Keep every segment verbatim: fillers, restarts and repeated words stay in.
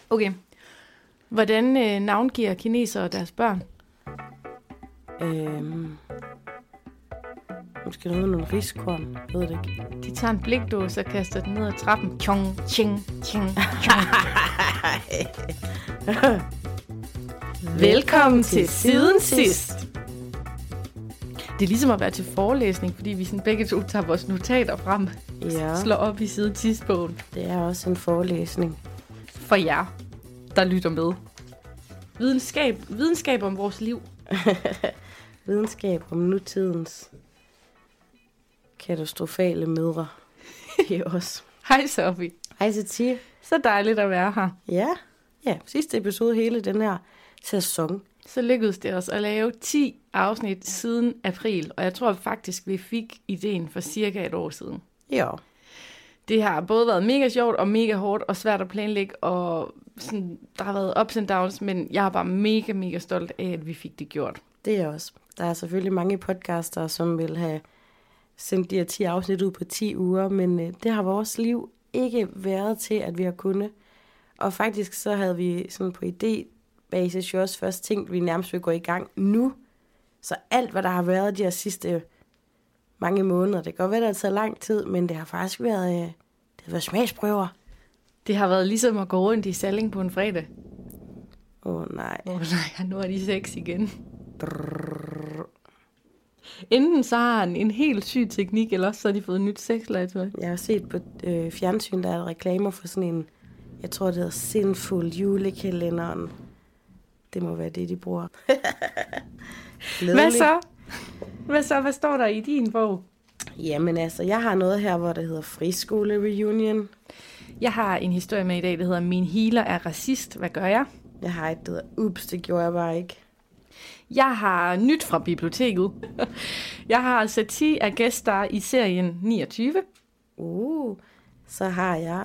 Okay. Hvordan øh, navngiver kinesere deres børn? Øhm... Måske noget med nogle riskorn. Jeg ved det ikke. De tager en blikdåse og kaster den ned ad trappen. Tjong, tjing, tjing, tjong. Velkommen til Siden Sidst. Det er ligesom at være til forelæsning, fordi vi sådan begge to tager vores notater frem. Ja. Slår op i Siden Sidst-bogen. Det er også en forelæsning. For jer, der lytter med. Videnskab, videnskab om vores liv. Videnskab om nutidens katastrofale mødre. Det er også. Hej Sofie. Hej Satie. Så dejligt at være her. Ja, ja. Sidste episode hele den her sæson. Så lykkedes det os at lave ti afsnit siden april, og jeg tror faktisk, vi fik ideen for cirka et år siden. Ja. Det har både været mega sjovt og mega hårdt og svært at planlægge, og sådan, der har været ups and downs, men jeg er bare mega, mega stolt af, at vi fik det gjort. Det er også. Der er selvfølgelig mange podcaster, som vil have sendt de her ti afsnit ud på ti uger, men øh, det har vores liv ikke været til, at vi har kunnet. Og faktisk så havde vi sådan på idébasis jo også først tænkt, at vi nærmest vil gå i gang nu. Så alt, hvad der har været de her sidste mange måneder, det kan godt være, det har taget lang tid, men det har faktisk været, øh, det har været smagsprøver. Det har været ligesom at gå rundt i Salling på en fredag. Åh oh, nej. Åh oh, nej, nu er de seks igen. Brrr. Enten så har han en helt syg teknik, eller også så har de fået nyt sexlegetøj. Jeg har set på øh, fjernsyn, der er reklamer for sådan en, jeg tror det hedder Sinful julekalenderen. Det må være det, de bruger. Hvad så? Hvad så? Hvad står der i din bog? Jamen altså, jeg har noget her, hvor der hedder Friskole Reunion. Jeg har en historie med i dag, der hedder Min healer er racist. Hvad gør jeg? Jeg har et, der hedder Ups, det gjorde jeg bare ikke. Jeg har nyt fra biblioteket. Jeg har Satie af gæster i serien niogtyve. Uh, så har jeg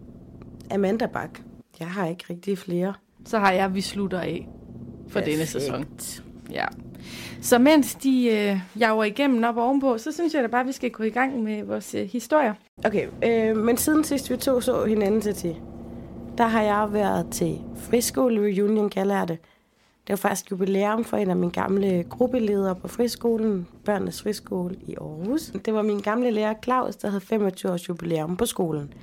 Amanda Bak. Jeg har ikke rigtig flere. Så har jeg Vi slutter af for Perfekt. Denne sæson. Ja. Så mens de øh, jager igennem op ovenpå, så synes jeg da bare, at vi skal gå i gang med vores øh, historier. Okay, øh, men siden sidst vi to så hinanden til til, der har jeg været til Friskole Reunion, kalder jeg det. Det var faktisk jubilæum for en af mine gamle gruppeledere på friskolen, Børnenes Friskole i Aarhus. Det var min gamle lærer Claus, der havde femogtyve års jubilæum på skolen.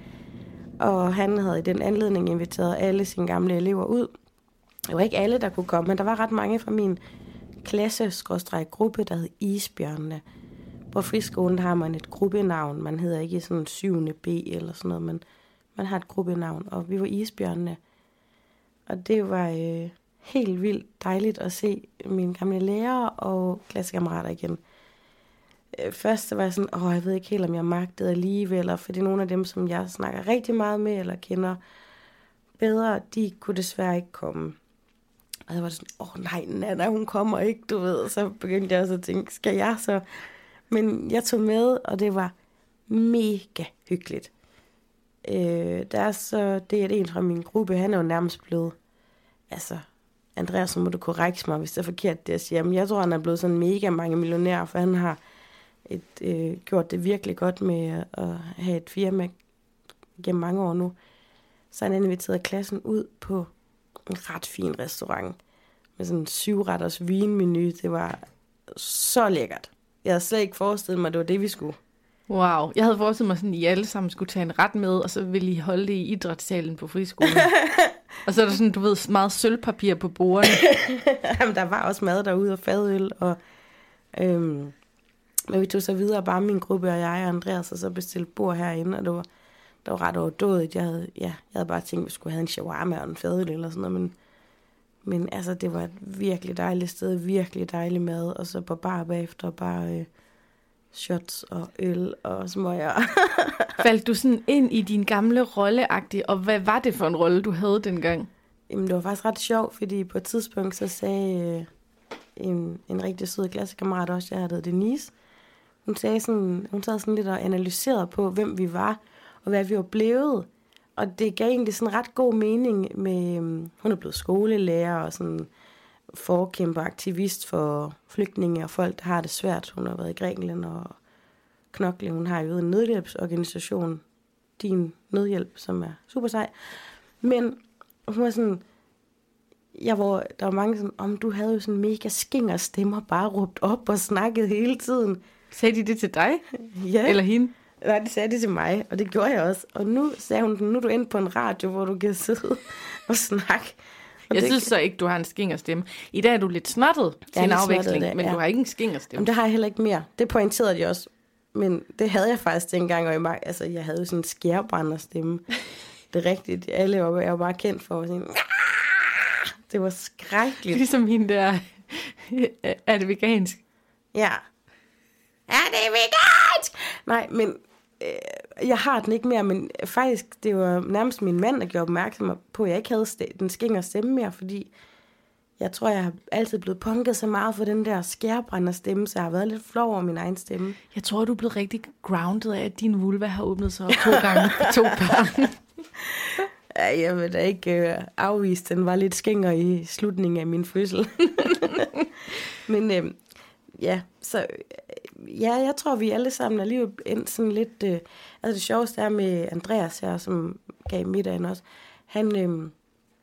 Og han havde i den anledning inviteret alle sine gamle elever ud. Det var ikke alle, der kunne komme, men der var ret mange fra min klasse-gruppe, der hed Isbjørnene. På friskolen har man et gruppenavn. Man hedder ikke sådan syvende B eller sådan noget, men man har et gruppenavn, og vi var Isbjørnene. Og det var øh, helt vildt dejligt at se mine gamle lærere og klassekammerater igen. Øh, først så var jeg sådan, åh, jeg ved ikke helt, om jeg magtede alligevel, for det er nogle af dem, som jeg snakker rigtig meget med, eller kender bedre, de kunne desværre ikke komme. Og så var det sådan, åh nej, Nana, hun kommer ikke, du ved. Så begyndte jeg også at tænke, skal jeg så? Men jeg tog med, og det var mega hyggeligt. Øh, der er så, det er en fra min gruppe, han er jo nærmest blevet, altså, Andreas, så må du korrekte mig, hvis det er forkert, det jeg siger. Men jeg tror, han er blevet sådan mega mange millionær, for han har et, øh, gjort det virkelig godt med at have et firma gennem mange år nu. Så han inviterede klassen ud på en ret fin restaurant med sådan en syvretters vinmenu. Det var så lækkert. Jeg havde slet ikke forestillet mig, at det var det, vi skulle. Wow, jeg havde forestillet mig sådan, at I alle sammen skulle tage en ret med, og så ville I holde det i idrætssalen på friskolen. Og så er der sådan, du ved, meget sølvpapir på bordene. Jamen, der var også mad derude og fadøl. Og, øhm, men vi tog så videre, bare min gruppe og jeg og Andreas, og så bestilte bord herinde, og det var, det var ret overdådigt. Jeg havde, ja, jeg havde bare tænkt, at vi skulle have en shawarma og en fadøl eller sådan noget, men, men altså, det var et virkelig dejligt sted, virkelig dejlig mad, og så på bar bagefter, bare øh, shots og øl og smøger. Faldt du sådan ind i din gamle rolleagtige, og hvad var det for en rolle, du havde dengang? Jamen, det var faktisk ret sjovt, fordi på et tidspunkt, så sagde øh, en, en rigtig sød klassekammerat også, jeg hedder Denise, hun sagde sådan, hun sad sådan lidt og analyserede på, hvem vi var, og hvad vi var blevet. Og det gav egentlig sådan ret god mening med, øhm, hun er blevet skolelærer og sådan forkæmper, aktivist for flygtninge og folk, der har det svært. Hun har været i Grækenland og knokle. Hun har jo en nødhjælpsorganisation, Din Nødhjælp, som er super sej. Men Og hun var sådan, jeg var, der var mange sådan, om du havde jo sådan mega skinger stemmer, bare råbt op og snakket hele tiden. Sagde de det til dig? Ja. Eller hende? Nej, det sagde de til mig, og det gjorde jeg også. Og nu sagde hun, nu er du inde på en radio, hvor du kan sidde og snakke. Og jeg det, synes så ikke, du har en skingerstemme. I dag er du lidt snottet til en afveksling, det, men ja. Du har ikke en skingerstemme. Jamen, det har jeg heller ikke mere. Det pointerede de også. Men det havde jeg faktisk dengang, og jeg, altså, jeg havde jo sådan en skærebrænderstemme. Det er rigtigt. Alle var, jeg var bare kendt for sådan, det var skrækkeligt. Ligesom hende der, er det vegansk? Ja. Er det vegansk? Nej, men øh, jeg har den ikke mere, men faktisk, det var nærmest min mand, der gjorde opmærksom på, at jeg ikke havde st- den skinger stemme mere, fordi jeg tror, jeg har altid blevet punket så meget for den der skærbrænder stemme, så jeg har været lidt flov over min egen stemme. Jeg tror, du er blevet rigtig grounded af, at din vulva har åbnet sig op to gange på to børn. Ja, jeg vil da ikke øh, afvise, den var lidt skinger i slutningen af min fødsel. Men øh, ja, så øh, ja, jeg tror, vi alle sammen er lige endt sådan lidt... Øh, altså det sjoveste er med Andreas her, som gav middagen også. Han, øh,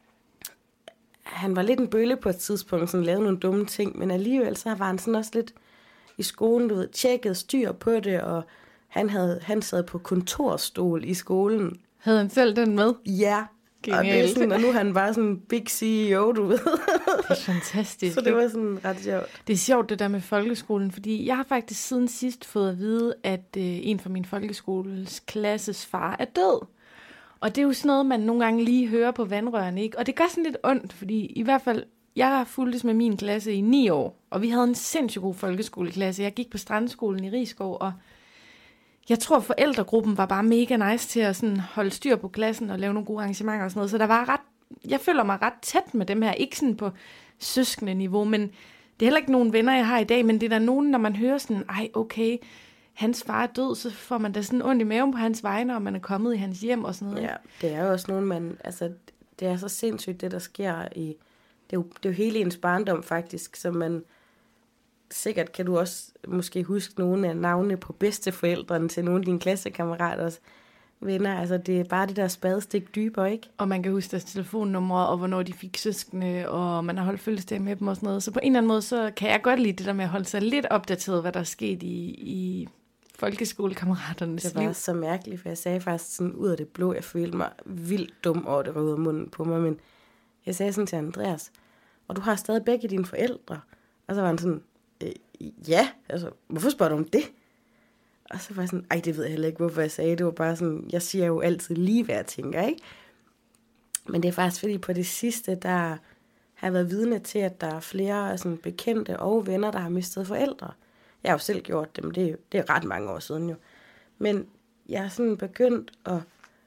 han var lidt en bølle på et tidspunkt, sådan lavede nogle dumme ting, men alligevel så var han sådan også lidt i skolen, du ved, tjekket styr på det, og han, havde, han sad på kontorstol i skolen. Havde han selv den med? Ja, genialt. Og, det er sådan, og nu er han bare sådan en big C E O, du ved. Det er fantastisk. Så det var sådan ret sjovt. Det er sjovt, det der med folkeskolen, fordi jeg har faktisk siden sidst fået at vide, at øh, en fra min folkeskoles klasses far er død. Og det er jo sådan noget, man nogle gange lige hører på vandrørene, ikke? Og det gør sådan lidt ondt, fordi i hvert fald, jeg har fulgtes med min klasse i ni år, og vi havde en sindssygt god folkeskoleklasse. Jeg gik på Strandskolen i Rigskov, og jeg tror, forældregruppen var bare mega nice til at sådan holde styr på klassen og lave nogle gode arrangementer og sådan noget. Så der var ret, jeg føler mig ret tæt med dem her. Ikke sådan på søskende niveau, men det er heller ikke nogen venner, jeg har i dag. Men det er der nogen, når man hører sådan, ej okay, hans far er død, så får man da sådan ondt i maven på hans vegne, og man er kommet i hans hjem og sådan noget. Ja, det er jo også nogen, man, altså det er så sindssygt, det der sker i, det er jo, det er jo hele ens barndom faktisk, så man... Sikkert kan du også måske huske nogle af navnene på bedsteforældrene til nogle af dine klassekammeraters venner. Altså det er bare det der spadestik dybere, ikke? Og man kan huske deres telefonnumre, og hvornår de fik søskende, og man har holdt fødselsdag med dem og sådan noget. Så på en eller anden måde, så kan jeg godt lide det der med at holde sig lidt opdateret, hvad der er sket i, i folkeskolekammeraternes liv. Det var så mærkeligt, for jeg sagde faktisk sådan ud af det blå, jeg følte mig vildt dum over det røde af munden på mig, men jeg sagde sådan til Andreas, og du har stadig begge dine forældre. Og så var han sådan, ja, altså, hvorfor spørger du om det? Og så var jeg sådan, ej, det ved jeg heller ikke, hvorfor jeg sagde det. Det var bare sådan, jeg siger jo altid lige, hvad jeg tænker, ikke? Men det er faktisk fordi, på det sidste, der har jeg været vidne til, at der er flere sådan, bekendte og venner, der har mistet forældre. Jeg har jo selv gjort det, men det er, det er ret mange år siden jo. Men jeg har sådan begyndt at...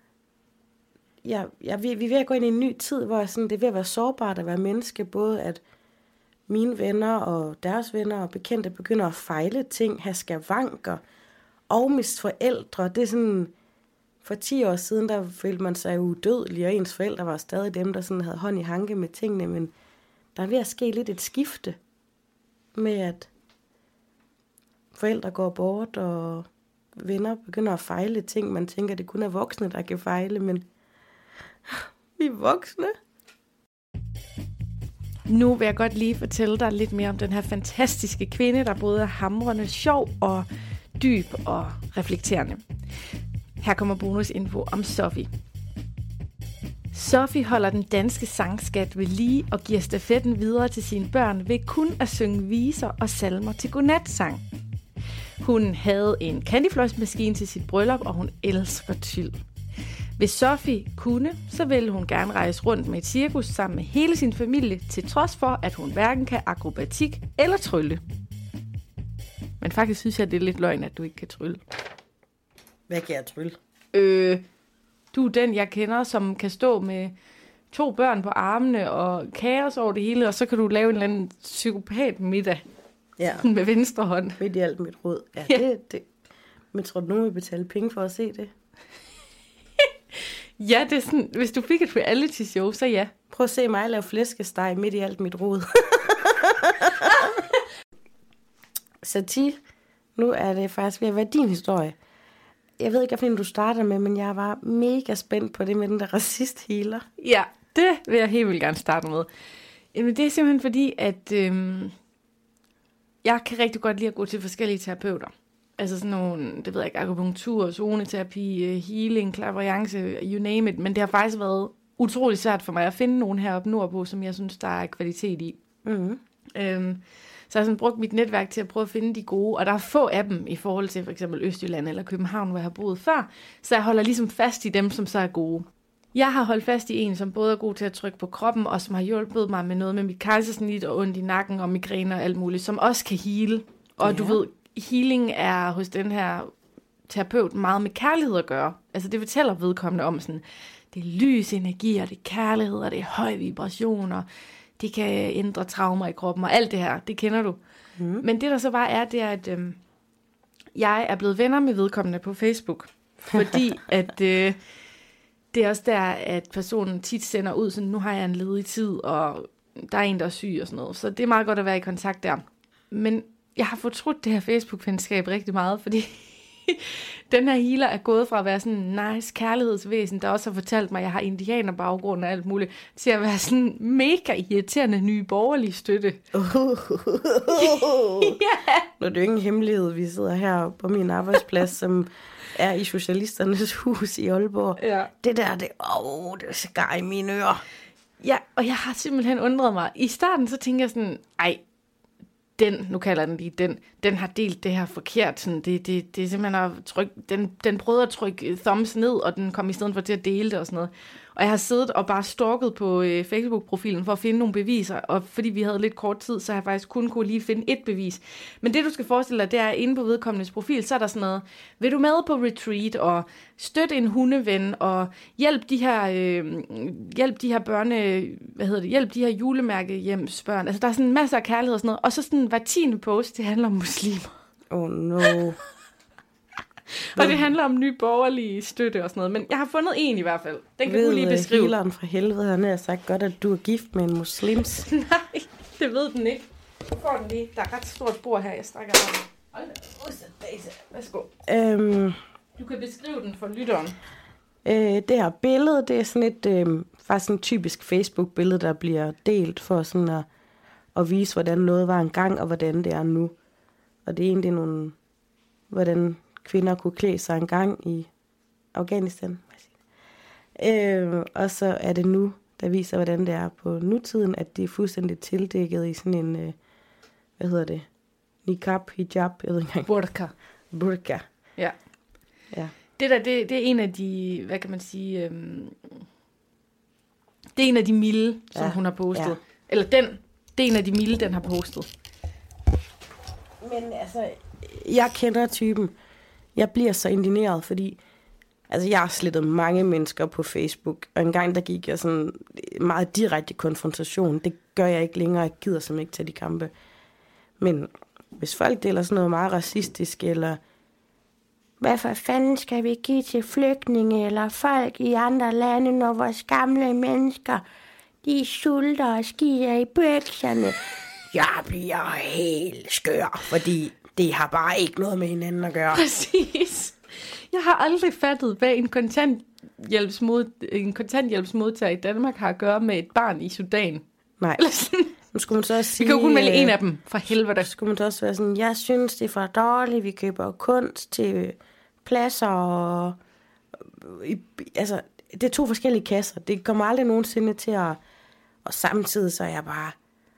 Jeg, jeg, vi, vi er ved at gå ind i en ny tid, hvor sådan, det er ved at være sårbart at være menneske, både at mine venner og deres venner og bekendte begynder at fejle ting, have skavanker og miste forældre. Det er sådan, for ti år siden, der følte man sig udødelig, og ens forældre var stadig dem, der sådan havde hånd i hanke med tingene, men der er ved at ske lidt et skifte med, at forældre går bort, og venner begynder at fejle ting. Man tænker, det kun er voksne, der kan fejle, men vi er voksne. Nu vil jeg godt lige fortælle dig lidt mere om den her fantastiske kvinde, der både er hamrende sjov og dyb og reflekterende. Her kommer bonusinfo om Sofie. Sofie holder den danske sangskat ved lige og giver stafetten videre til sine børn ved kun at synge viser og salmer til godnatsang. Hun havde en candyfloss-maskine til sit bryllup, og hun elsker tyld. Hvis Sofie kunne, så ville hun gerne rejse rundt med et cirkus sammen med hele sin familie, til trods for, at hun hverken kan akrobatik eller trylle. Men faktisk synes jeg, det er lidt løgn, at du ikke kan trylle. Hvad kan jeg trylle? Øh, du er den, jeg kender, som kan stå med to børn på armene og kaos over det hele, og så kan du lave en eller anden psykopat middag. Ja. Med venstre hånd. Midt i alt mit råd. Ja, ja. Det, det. Men tror du, nogen vil betale penge for at se det? Ja, det er sådan, hvis du fik et reality show, så ja. Prøv at se mig lave flæskesteg midt i alt mit rod. Så Ti, nu er det faktisk ved at være din historie. Jeg ved ikke, hvilken du starter med, men jeg var mega spændt på det med den der racist-healer. Ja, Det vil jeg helt vildt gerne starte med. Jamen, det er simpelthen fordi, at øhm, jeg kan rigtig godt lide at gå til forskellige terapeuter. Altså sådan nogle, det ved jeg ikke, akupunktur, zoneterapi, healing, clairvoyance, you name it. Men det har faktisk været utrolig svært for mig at finde nogen heroppe nordpå, som jeg synes, der er kvalitet i. Mm-hmm. Øhm, så jeg har sådan brugt mit netværk til at prøve at finde de gode, og der er få af dem i forhold til for eksempel Østjylland eller København, hvor jeg har boet før. Så jeg holder ligesom fast i dem, som så er gode. Jeg har holdt fast i en, som både er god til at trykke på kroppen, og som har hjulpet mig med noget med mit kejsersnit og ondt i nakken og migræne og alt muligt, som også kan heale. Og ja. Du ved, healing er hos den her terapeut meget med kærlighed at gøre. Altså det fortæller vedkommende om sådan, det er lys energier, det er kærlighed, og det er høje vibrationer, det kan ændre traumer i kroppen og alt det her, det kender du. Mm. Men det der så bare er, det er, at øhm, jeg er blevet venner med vedkommende på Facebook, fordi at øh, det er også der, at personen tit sender ud, sådan nu har jeg en ledig tid, og der er en, der er syg og sådan noget. Så det er meget godt at være i kontakt der. Men jeg har fortrudt det her Facebook-venskab rigtig meget, fordi den her healer er gået fra at være sådan en nice kærlighedsvæsen, der også har fortalt mig, at jeg har indianerbaggrund og alt muligt, til at være sådan mega irriterende nye borgerlige støtte. Uh, uh, uh, uh. Yeah. Nu er det jo ingen hemmelighed, vi sidder her på min arbejdsplads, som er i Socialisternes Hus i Aalborg. Ja. Det der, det, åh, det er så gar i mine ører. Ja, og jeg har simpelthen undret mig. I starten så tænker jeg sådan, ej, den, nu kalder den lige den, den har delt det her forkert. Sådan, det, det, det er simpelthen at trykke, den, den prøvede at trykke thumbs ned, og den kom i stedet for til at dele det og sådan noget. Og jeg har siddet og bare stalket på øh, Facebook-profilen for at finde nogle beviser, og fordi vi havde lidt kort tid, så har jeg faktisk kun kunne lige finde et bevis. Men det, du skal forestille dig, det er, inde på vedkommendes profil, så er der sådan noget, vil du med på retreat, og støtte en hundeven, og hjælp de her, øh, hjælp de her børne, hvad hedder det, hjælp de her julemærkehjemsbørn. Altså, der er sådan en masse af kærlighed og sådan noget. Og så sådan hver tiende post, det handler om muslimer. Oh no. Og det handler om nye borgerlige støtte og sådan noget. Men jeg har fundet en i hvert fald. Den kan ved du lige beskrive. Ved healeren fra helvede, han har sagt godt, at du er gift med en muslims. Nej, det ved den ikke. Du får den lige. Der er ret stort bord her, jeg strækker armen. Hold da, værsgo. Øhm, du kan beskrive den for lytteren. Øh, det her billede, det er sådan et, øh, faktisk en typisk Facebook-billede, der bliver delt for sådan at, at vise, hvordan noget var engang, og hvordan det er nu. Og det er egentlig nogle, hvordan kvinder kunne klæde sig en gang i Afghanistan. Øh, og så er det nu, der viser, hvordan det er på nutiden, at det er fuldstændig tildækket i sådan en, øh, hvad hedder det, niqab, hijab, jeg ved ikke engang. Burka. Burka. Ja. Ja. Det der, det, det er en af de, hvad kan man sige, øhm, det er en af de milde, som ja. hun har postet. Ja. Eller den, det er en af de milde, den har postet. Men altså, jeg kender typen. Jeg bliver så indigneret, fordi altså, jeg har slettet mange mennesker på Facebook, og en gang der gik jeg sådan meget direkte konfrontation. Det gør jeg ikke længere, jeg gider simpelthen ikke tage de kampe. Men hvis folk deler sådan noget meget racistisk, eller hvad for fanden skal vi give til flygtninge, eller folk i andre lande, når vores gamle mennesker, de sulter og skider i bøkserne. Jeg bliver helt skør, fordi det har bare ikke noget med hinanden at gøre. Præcis. Jeg har aldrig fattet, hvad en, kontanthjælpsmod, en kontanthjælpsmodtager i Danmark har at gøre med et barn i Sudan. Nej. Nu skulle man så også sige, vi kan jo kun vælge en af dem, for helvede. Skulle man så også være sådan, jeg synes, det er for dårligt, vi køber kunst til pladser og altså, det er to forskellige kasser. Det kommer aldrig nogensinde til at, og samtidig så er jeg bare,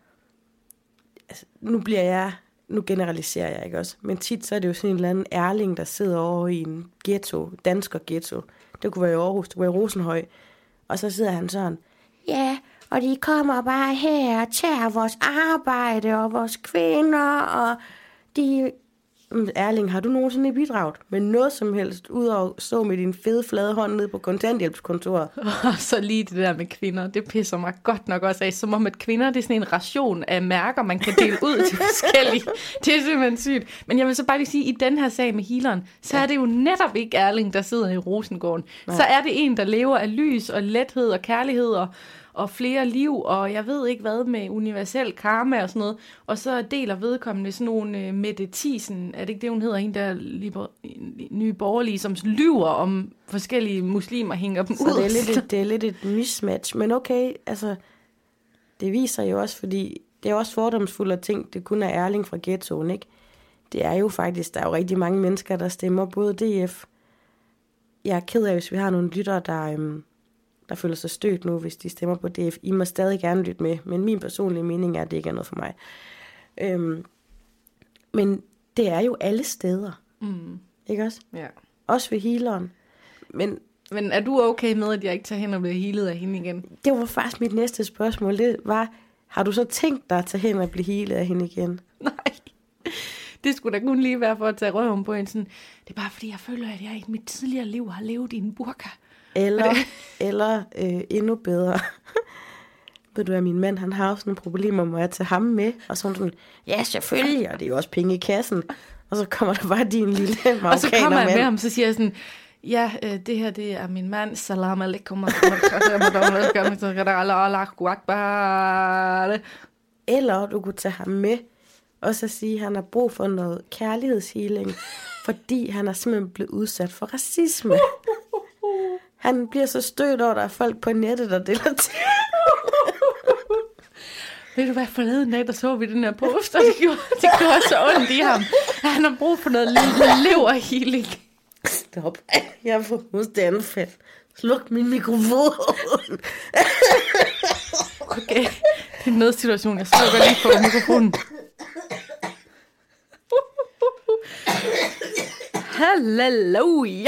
altså, nu bliver jeg, nu generaliserer jeg ikke også, men tit så er det jo sådan en eller anden ærling, der sidder over i en ghetto, dansker ghetto. Det kunne være i Aarhus, det kunne være i Rosenhøj. Og så sidder han sådan, ja, og de kommer bare her og tager vores arbejde og vores kvinder, og de... Erling, har du nogensinde bidraget med noget som helst, udover at stå med din fede flade hånd nede på kontanthjælpskontoret? Og så lige det der med kvinder, det pisser mig godt nok også af, som om at kvinder, det er sådan en ration af mærker, man kan dele ud til forskellige. Det er simpelthen sygt. Men jeg vil så bare lige sige, at i den her sag med healeren, så ja. er det jo netop ikke Erling, der sidder i Rosengården. Nej. Så er det en, der lever af lys og lethed og kærlighed og, og flere liv, og jeg ved ikke hvad med universel karma og sådan noget, og så deler vedkommende sådan nogle uh, Mette Thiesen, er det ikke det, hun hedder, hende der liber, nye borgerlige, som lyver om forskellige muslimer, hænger dem så ud. Så det er lidt et, det er lidt et mismatch, men okay, altså, det viser jo også, fordi det er også fordomsfuldt at tænke, det kun er Erling fra ghettoen, ikke? Det er jo faktisk, der er jo rigtig mange mennesker, der stemmer både D F. Jeg er ked af, hvis vi har nogle lyttere, der, øhm, der føler sig stødt nu, hvis de stemmer på D F. I må stadig gerne lytte med, men min personlige mening er, at det ikke er noget for mig. Øhm, men det er jo alle steder. Mm. Ikke også? Ja. Også ved healeren. Men, men er du okay med, at jeg ikke tager hen og bliver healet af hende igen? Det var faktisk mit næste spørgsmål. Det var, har du så tænkt dig at tage hen og blive healet af hende igen? Nej. Det skulle da kun lige være for at tage røven på en sådan. Det er bare fordi, jeg føler, at jeg i mit tidligere liv har levet i en burka. Eller, eller øh, endnu bedre. Ved du, at min mand, han har også nogle problemer, må jeg tage ham med? Og så sådan, ja, selvfølgelig, og det er jo også penge i kassen. Og så kommer der bare din lille marokkaner Og så kommer jeg mand. med ham, så siger jeg sådan, ja, øh, det her, det er min mand. Salam alaikum. Eller du kunne tage ham med, og så sige, at han har brug for noget kærlighedshealing, fordi han er simpelthen blevet udsat for racisme. Han bliver så stødt over, der er folk på nettet, der deler til. Ved du hvad, forleden dag, der så vi den her post, og det gjorde, det gjorde så ondt i ham. Han har brug for noget leverhealing. Stop. Jeg har fået hosteanfald. Sluk min mikrofon. Okay, det er en nødsituation. Jeg slukker lige på mikrofonen. Halleluja!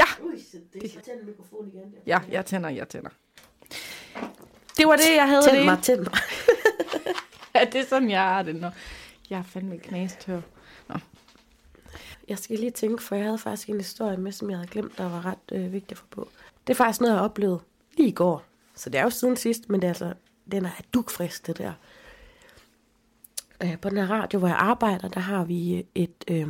Ja, jeg tænder, jeg tænder. Det var det, jeg havde tænd det. Mig, tænd mig. Ja, det er sådan, jeg har det, når jeg er fandme knastør. Nå. Jeg skal lige tænke, for jeg havde faktisk en historie med, som jeg havde glemt, der var ret øh, vigtigt for på. Det er faktisk noget, jeg oplevede lige i går. Så det er jo siden sidst, men det er altså, den er dugfrisk, det der. Øh, på den her radio, hvor jeg arbejder, der har vi et øh,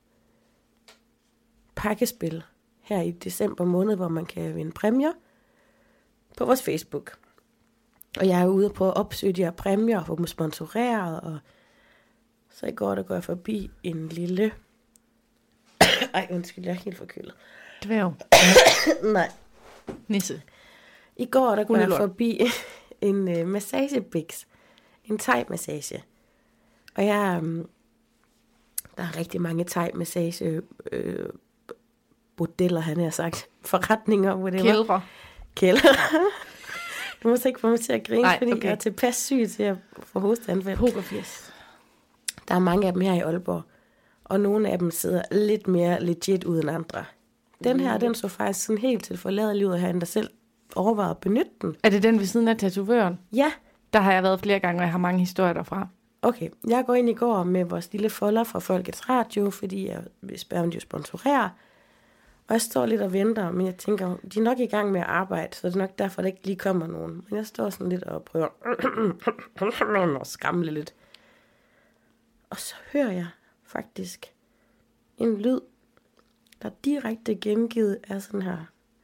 pakkespil her i december måned, hvor man kan vinde præmier på vores Facebook. Og jeg er ude på at opsøge de her præmier og få dem sponsoreret. Og så i går, der går jeg forbi en lille... Ej, undskyld, jeg er helt forkølet. Dværg. Nej. Nisse. I går, der går jeg forbi en uh, massagebiks. En thai-massage. Og jeg... Um, der er rigtig mange thai-massage... Øh, bordeller, han har sagt. Forretninger, whatever. Kældre. Kældre. Du må så ikke få mig til at grine, Nej, fordi okay. jeg er tilpas syg til at få hosteanfald. Pokerfjes. Der er mange af dem her i Aalborg. Og nogle af dem sidder lidt mere legit uden andre. Den her, den så faktisk sådan helt til forladet ud af han, der selv overvejede at benytte den. Er det den ved siden af tatovøren? Ja. Der har jeg været flere gange, og jeg har mange historier derfra. Okay, jeg går ind i går med vores lille folder fra Folkets Radio, fordi jeg vil spørge, om de sponsorerer. Og jeg står lidt og venter, men jeg tænker, de er nok i gang med at arbejde, så det er nok derfor, der ikke lige kommer nogen. Men jeg står sådan lidt og prøver at skramle lidt. Og så hører jeg faktisk en lyd, der er direkte gengivet af sådan her.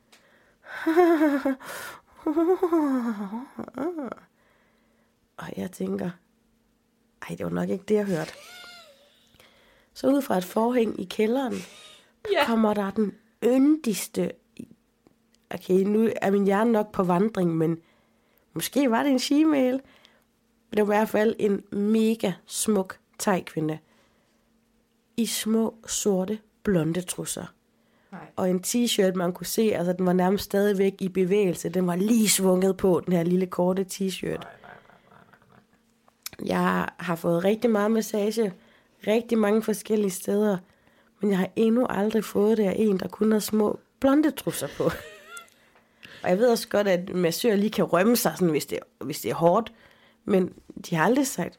Og jeg tænker, ej, det var nok ikke det, jeg hørte. Så ud fra et forhæng i kælderen, yeah. kommer der den yndigste... Okay, nu er min hjerne nok på vandring, men måske var det en she-mail. Det var i hvert fald en mega smuk thai-kvinde. I små, sorte, blonde trusser. Nej. Og en t-shirt, man kunne se, altså den var nærmest stadigvæk i bevægelse. Den var lige svunget på, den her lille korte t-shirt. Nej, nej, nej, nej, nej. Jeg har fået rigtig meget massage, rigtig mange forskellige steder, men jeg har endnu aldrig fået det af en, der kun har små blonde trusser på. Og jeg ved også godt, at massører lige kan rømme sig, sådan, hvis, det, hvis det er hårdt, men de har aldrig sagt...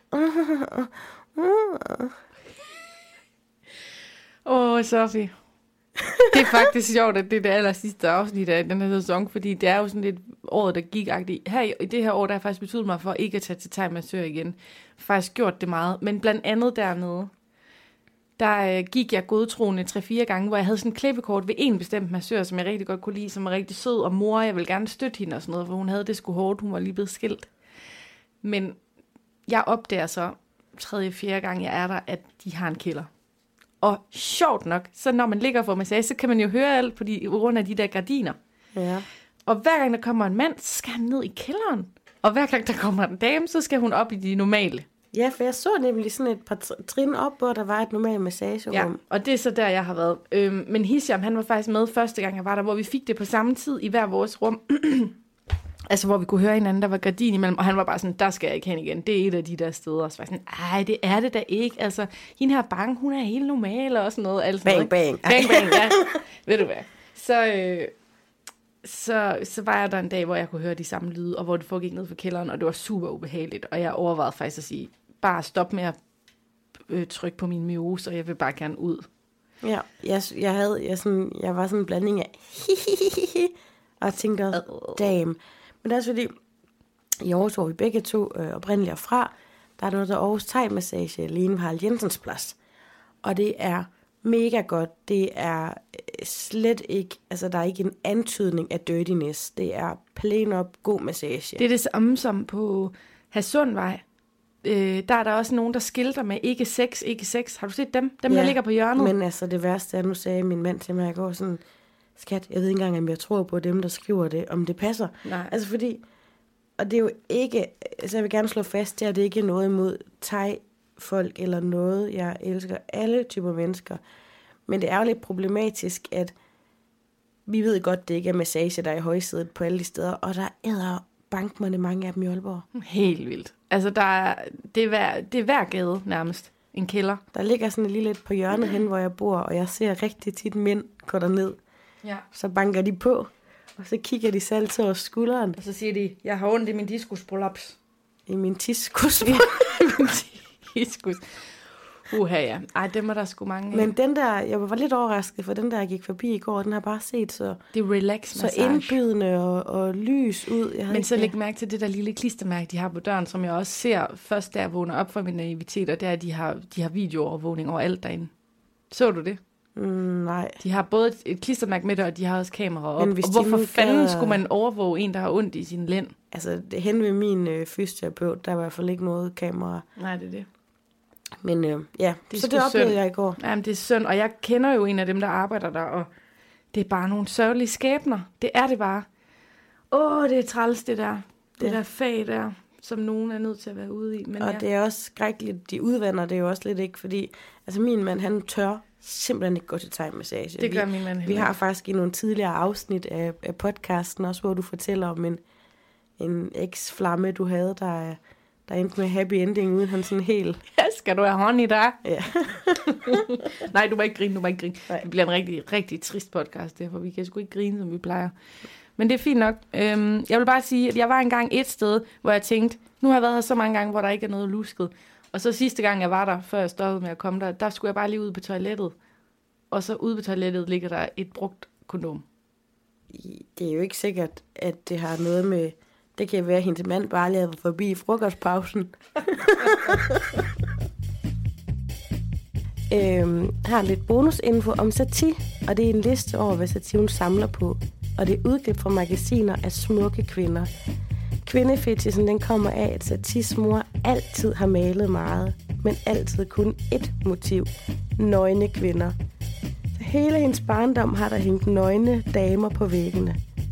Åh, oh, Sofie. Det er faktisk sjovt, at det er det aller sidste afsnit af den her sæson, fordi det er jo sådan lidt året, der gik-agtigt. Her i det her år, der har faktisk betydet mig for ikke at tage til thai-massør igen. Faktisk gjort det meget, men blandt andet dernede, der øh, gik jeg godtroende tre-fire gange, hvor jeg havde sådan en klippekort ved en bestemt massør, som jeg rigtig godt kunne lide, som var rigtig sød, og mor, jeg ville gerne støtte hende og sådan noget, for hun havde det sgu hårdt, hun var lige blevet skilt. Men jeg opdager så tredje, fjerde gang, jeg er der, at de har en kælder. Og sjovt nok, så når man ligger og får massage, så kan man jo høre alt på de, rundt af de der gardiner. Ja. Og hver gang der kommer en mand, så skal han ned i kælderen. Og hver gang der kommer en dame, så skal hun op i de normale. Ja, for jeg så nemlig sådan et par trin op, hvor der var et normalt massagerum. Ja, og det er så der, jeg har været. Øhm, men Hisham, han var faktisk med første gang, jeg var der, hvor vi fik det på samme tid i hver vores rum. Altså, hvor vi kunne høre hinanden, der var gardin imellem, og han var bare sådan, der skal jeg ikke hen igen. Det er et af de der steder. Så var jeg sådan, ej, det er det da ikke. Altså, hende her Bang, hun er helt normal og sådan noget. Alt sådan bang, noget. bang. Bang, bang, ja. Ved du hvad? Så, øh, så, så var jeg der en dag, hvor jeg kunne høre de samme lyde, og hvor det foregik ned for kælderen, og det var super ubehageligt. Og jeg overvejede faktisk at sige, bare stop med at øh, trykke på min myose, og jeg vil bare gerne ud. Ja, jeg, jeg, havde, jeg, sådan, jeg var sådan en blanding af og jeg tænkte også, damn. Men det er også fordi, i Aarhus, hvor vi begge to øh, oprindeligt er fra, der er noget der Aarhus Thai-massage lige ved Harald Jensens Plads. Og det er mega godt. Det er slet ikke, altså der er ikke en antydning af dirtiness. Det er plain up god massage. Det er det samme som på Hadsundvej. Øh, der er der også nogen, der skilter med ikke sex, ikke sex. Har du set dem? Dem, ja, der ligger på hjørnet. Men altså det værste er, nu sagde min mand til mig, jeg går sådan, skat, jeg ved ikke engang, om jeg tror på dem, der skriver det, om det passer. Nej. Altså fordi, og det er jo ikke, altså jeg vil gerne slå fast, det er det ikke noget imod thai-folk eller noget. Jeg elsker alle typer mennesker. Men det er jo lidt problematisk, at vi ved godt, det ikke er massage, der er i højsædet på alle de steder, og der æder bankmerne mange af dem i Aalborg. Helt vildt. Altså, der er, det, er hver, det er hver gade nærmest. En kælder. Der ligger sådan lige lidt på hjørnet hen, hvor jeg bor, og jeg ser rigtig tit mænd gå derned. Ja. Så banker de på, og så kigger de selv til over skulderen. Og så siger de, jeg har ondt i min diskusprolaps. I min tiskus. min diskus. Uha, ja. Ej, dem er der sgu mange. Men den der, jeg var lidt overrasket, for den der, jeg gik forbi i går, den har bare set så, det er relax så indbydende og, og lys ud. Jeg Men så læg mærke til det der lille klistermærke, de har på døren, som jeg også ser først, der vågner op for min naivitet, og det er, at de har, de har videoovervågning over alt derinde. Så du det? Mm, nej. De har både et klistermærke med det, og de har også kameraer op. Og hvorfor fanden gad... skulle man overvåge en, der har ondt i sin lænd? Altså, det, hen ved min øh, fysioterapeut, der var i hvert fald ikke noget kamera. Nej, det er det. Men øh, ja, det så det oplevede synd. jeg i går. Jamen, det er synd, og jeg kender jo en af dem, der arbejder der, og det er bare nogle sørgelige skæbner. Det er det bare. Åh, det er træls, det der. Det ja. der fag der, som nogen er nødt til at være ude i. Men og ja. det er også skrækkeligt. De udvander det jo også lidt ikke, fordi altså min mand, han tør simpelthen ikke gå til thai-massage. Det gør vi, min mand Vi har faktisk i nogle tidligere afsnit af, af podcasten også, hvor du fortæller om en, en eks-flamme, du havde, der, der endte med happy ending, uden han sådan helt... Ja, skal du have hånd i dig? Ja. Nej, du må ikke grine, du må ikke grine. Nej. Det bliver en rigtig, rigtig trist podcast, derfor vi kan sgu ikke grine, som vi plejer. Men det er fint nok. Øhm, jeg vil bare sige, at jeg var engang et sted, hvor jeg tænkte, nu har jeg været her så mange gange, hvor der ikke er noget lusket. Og så sidste gang, jeg var der, før jeg stoppede med at komme der, der skulle jeg bare lige ud på toilettet. Og så ude på toilettet ligger der et brugt kondom. Det er jo ikke sikkert, at det har noget med... Det kan være, at hendes mand bare lige har været forbi i frokostpausen. øhm, har lidt bonusinfo om Satie, og det er en liste over, hvad Satie hun samler på. Og det er udklip fra magasiner af smukke kvinder. Kvindefetisen, den kommer af, at Saties mor altid har malet meget, men altid kun ét motiv. Nøgne kvinder. Så hele hendes barndom har der hængt nøgne damer på væggene.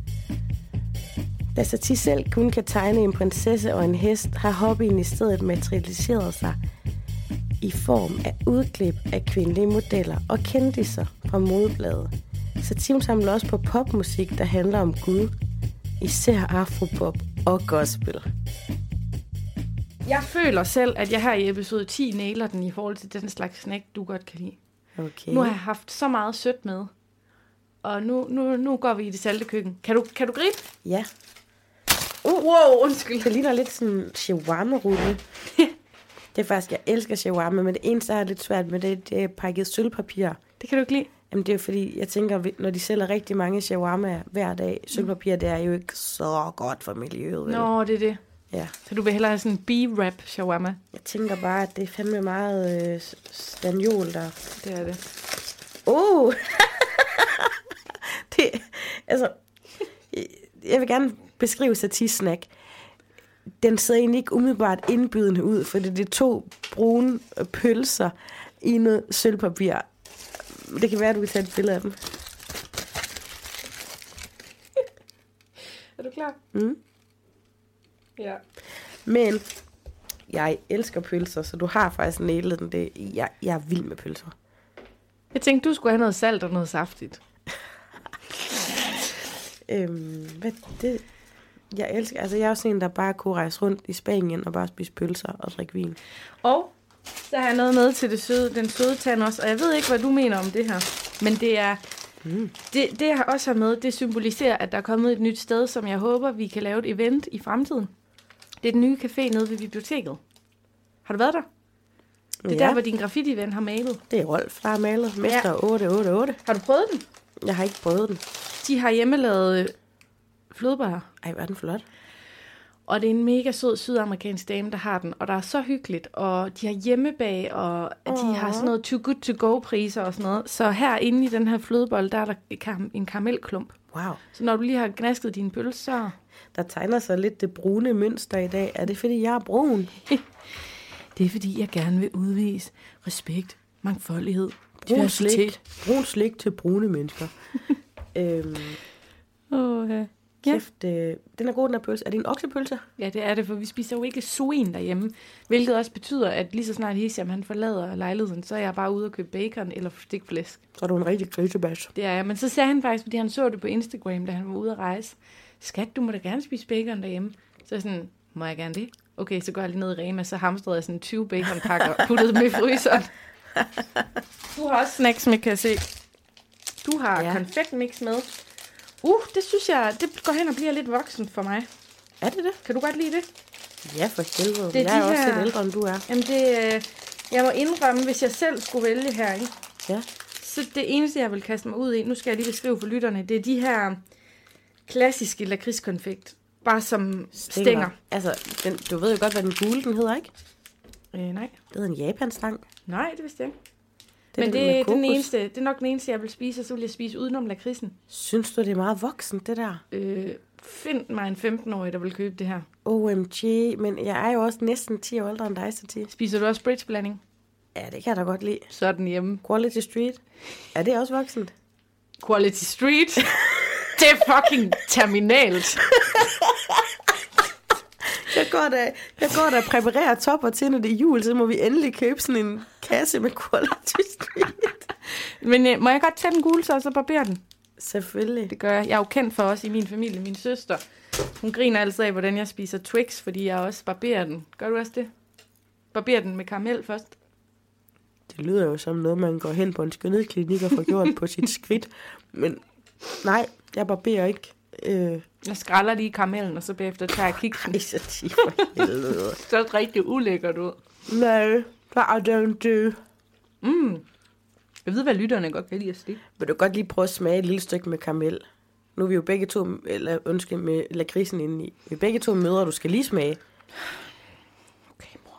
Da Satie selv kun kan tegne en prinsesse og en hest, har hobbyen i stedet materialiseret sig i form af udklip af kvindelige modeller og kendisser fra modebladet. Satie samler også på popmusik, der handler om Gud, især afropop og gospel. Jeg føler selv, at jeg her i episode ti nailer den i forhold til den slags snack, du godt kan lide. Okay. Nu har jeg haft så meget sødt med, og nu, nu, nu går vi i det salte køkken. Kan du, kan du grine? Ja. Uh, wow, undskyld. Det ligner lidt sådan en shawarma-rulle. Det er faktisk, jeg elsker shawarma, men det eneste, der er lidt svært med det, det er pakket sølvpapir. Det kan du ikke lide? Jamen det er fordi, jeg tænker, når de sælger rigtig mange shawarma hver dag, sølvpapir, det er jo ikke så godt for miljøet. Vel? Nå, det er det. Ja. Så du vil hellere have sådan en bee-wrap shawarma? Jeg tænker bare, at det er fandme meget øh, stanjol der. Det er det. Uh! det, altså, jeg vil gerne beskrive Saties snack. den ser egentlig ikke umiddelbart indbydende ud, for det er to brune pølser i noget sølvpapir. Det kan være, at du kan tage et billede af dem. Er du klar? Mm. Ja. Men jeg elsker pølser, så du har faktisk nailet den. Det. Jeg, jeg er vild med pølser. Jeg tænkte, du skulle have noget salt og noget saftigt. øhm, hvad det... Jeg elsker, altså jeg er også en, der bare kunne rejse rundt i Spanien og bare spise pølser og drikke vin. Og så har jeg noget med til det søde, den søde tand også, og jeg ved ikke, hvad du mener om det her, men det er, mm. det, det jeg også har med, det symboliserer, at der er kommet et nyt sted, som jeg håber, vi kan lave et event i fremtiden. Det er den nye café nede ved biblioteket. Har du været der? Det er ja. Der, hvor din graffiti-ven har malet. Det er Rolf, der har malet. Mester ja. otte otte otte. Har du prøvet den? Jeg har ikke prøvet den. De har hjemmelavet flødebarer. Ej, hvor er den flot. Og det er en mega sød sydamerikansk dame, der har den. Og der er så hyggeligt. Og de har hjemmebag, og oh. de har sådan noget too good to go priser og sådan noget. Så herinde i den her flødebold, der er der en karamelklump. Wow. Så når du lige har gnasket dine pølse, så... Der tegner sig lidt det brune mønster i dag. Er det fordi, jeg er brun? Det er fordi, jeg gerne vil udvise respekt, mangfoldighed, brun slik. Brun slik til brune mennesker. øhm, oh, ja. Kæft, øh, den er god, den her pølse. Er det en oksepølse? Ja, det er det, for vi spiser jo ikke svin derhjemme. Hvilket også betyder, at lige så snart Hisham han forlader lejligheden, så er jeg bare ude og købe bacon eller stikflæsk. Så er du en rigtig grisebas. Det er jeg, men så sagde han faktisk, fordi han så det på Instagram, da han var ude at rejse. Skat, du må da gerne spise bacon derhjemme. Så sådan, må jeg gerne det? Okay, så går jeg lige ned i Rema, så hamstrede jeg sådan tyve baconpakker og puttede dem i fryseren. Du har også snacks med, kan jeg se. Du har ja. konfektmix med. Uh, det synes jeg, det går hen og bliver lidt voksen for mig. Er det det? Kan du godt lide det? Ja, for helvede. Det er jeg er også her... lidt ældre, end du er. Jamen det, jeg må indrømme, hvis jeg selv skulle vælge her, ikke? Ja. Så det eneste, jeg vil kaste mig ud i, nu skal jeg lige beskrive for lytterne, det er de her klassiske lakridskonfekt. Bare som stænger. stænger. Altså, den, du ved jo godt, hvad den gule den hedder, ikke? Øh, nej. Det hedder en japanstang. Nej, det vidste jeg ikke. Det Men det er, den eneste, det er nok den eneste, jeg vil spise, og så vil jeg spise udenom lakridsen. Synes du, det er meget voksen, det der? Øh, find mig en femten-årig, der vil købe det her. O M G, men jeg er jo også næsten ti år ældre end dig, så ti. Spiser du også bridgeblanding? Ja, det kan jeg da godt lide. Sådan hjemme. Quality Street. Er det også voksent? Quality Street? Det er fucking terminalt. Jeg går da, jeg går da og præparerer topper til, når det er jul, så må vi endelig købe sådan en kasse med Quality Street. Men øh, må jeg godt tage den gule så, og så barbere den? Selvfølgelig. Det gør jeg. Jeg er jo kendt for os i min familie. Min søster, hun griner altid af, hvordan jeg spiser Twix, fordi jeg også barberer den. Gør du også det? Barberer den med karamel først? Det lyder jo som noget, man går hen på en skønhedsklinik og får gjort på sit skridt. Men nej, jeg barberer ikke. Øh... Jeg skræller lige karamellen, og så bagefter tager jeg kiksen. Ej, så tig for helvede. Så er det rigtig ulækkert ud. Nej, I don't do. Mm. Jeg ved, hvad lytterne godt kan lide at slikke. Vil du godt lige prøve at smage et lille stykke med karamel? Nu er vi jo begge to, eller undskyld, med lakridsen indeni. Vi er begge to mødre, du skal lige smage. Okay, mor.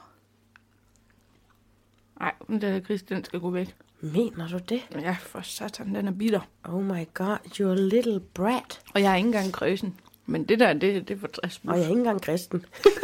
Ej, den der lakrids, den skal gå væk. Mener du det? Ja, for satan, den er bitter. Oh my god, you're a little brat. Og jeg er ikke engang krøsen. Men det der, det, det er for tres. Og jeg er ikke engang kristen.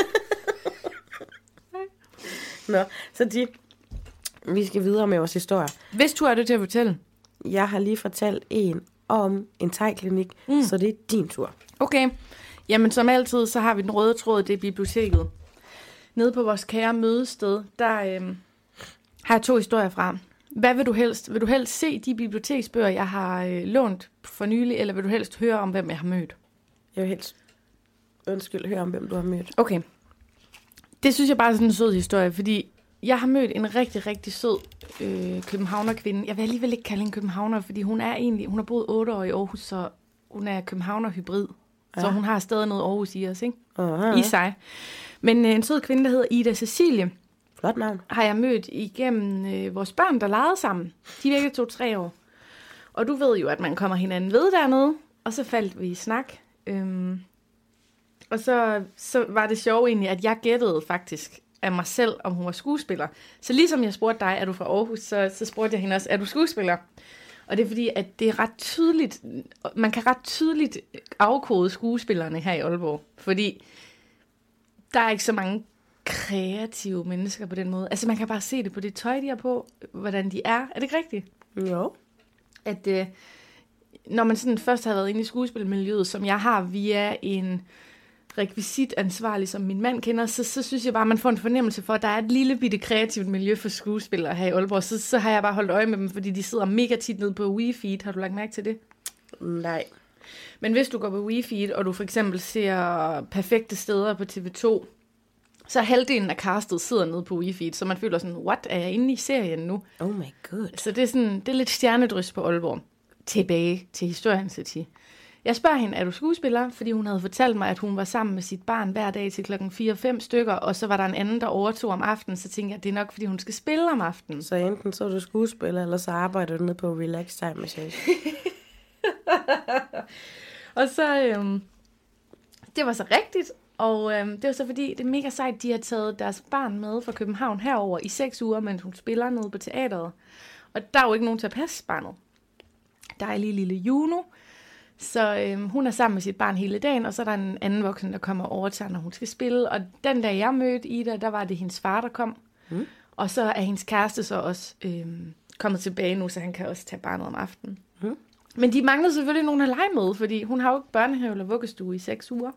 Nå, så de... Vi skal videre med vores historie. Hvis du er det til at fortælle. Jeg har lige fortalt en om en thai-klinik, mm. så det er din tur. Okay. Jamen, som altid, så har vi den røde tråd, det er biblioteket. Nede på vores kære mødested, der øh, har jeg to historier fra. Hvad vil du helst? Vil du helst se de biblioteksbøger, jeg har øh, lånt for nylig, eller vil du helst høre om, hvem jeg har mødt? Jeg vil helst undskyld høre om, hvem du har mødt. Okay. Det synes jeg bare er sådan en sød historie, fordi jeg har mødt en rigtig, rigtig sød øh, københavnerkvinde. Jeg vil alligevel ikke kalde hende københavner, fordi hun er egentlig, hun har boet otte år i Aarhus, så hun er københavner-hybrid. Ja. Så hun har stadig noget Aarhus i os, ikke? Uh-huh. I sig. Men øh, en sød kvinde, der hedder Ida Cecilie, flot navn, har jeg mødt igennem øh, vores børn, der legede sammen. De virkede to-tre år. Og du ved jo, at man kommer hinanden ved dernede, og så faldt vi i snak. Øhm, og så, så var det sjovt egentlig, at jeg gættede faktisk af mig selv, om hun var skuespiller. Så ligesom jeg spurgte dig, er du fra Aarhus, så, så spurgte jeg hende også, er du skuespiller? Og det er fordi, at det er ret tydeligt, man kan ret tydeligt afkode skuespillerne her i Aalborg. Fordi Der er ikke så mange kreative mennesker på den måde. Altså, man kan bare se det på det tøj, de har på, hvordan de er. Er det ikke rigtigt? Jo. At øh, når man sådan først har været inde i skuespilmiljøet, som jeg har via en rekvisitansvarlig, som min mand kender, så, så synes jeg bare, man får en fornemmelse for, at der er et lille bitte kreativt miljø for skuespillere her i Aalborg. Så, så har jeg bare holdt øje med dem, fordi de sidder mega tit nede på WeFeed. Har du lagt mærke til det? Nej. Men hvis du går på WeFeed, og du for eksempel ser perfekte steder på T V to, så halvdelen af castet sidder nede på WeFeed, så man føler sådan, what, er jeg inde i serien nu? Oh my god. Så det er, sådan, det er lidt stjernedrys på Aalborg. Tilbage til historien, Satie. Jeg spørger hende, er du skuespiller? Fordi hun havde fortalt mig, at hun var sammen med sit barn hver dag til klokken fire fem stykker, og så var der en anden, der overtog om aftenen, så tænkte jeg, at det er nok, fordi hun skal spille om aftenen. Så enten så er du skuespiller, eller så arbejder du nede på Relax Time Massage. Og så, øhm, det var så rigtigt, og øhm, det var så fordi, det er mega sejt, de har taget deres barn med fra København herover i seks uger, mens hun spiller nede på teateret. Og der er jo ikke nogen til at passe barnet. Der er lige lille Juno, så øhm, hun er sammen med sit barn hele dagen, og så er der en anden voksen, der kommer over til, når hun skal spille. Og den dag jeg mødte Ida, der var det hendes far, der kom. Mm. Og så er hendes kæreste så også øhm, kommet tilbage nu, så han kan også tage barnet om aftenen. Mm. Men de manglede selvfølgelig nogen at lege med, fordi hun har jo ikke børnehave eller vuggestue i seks uger.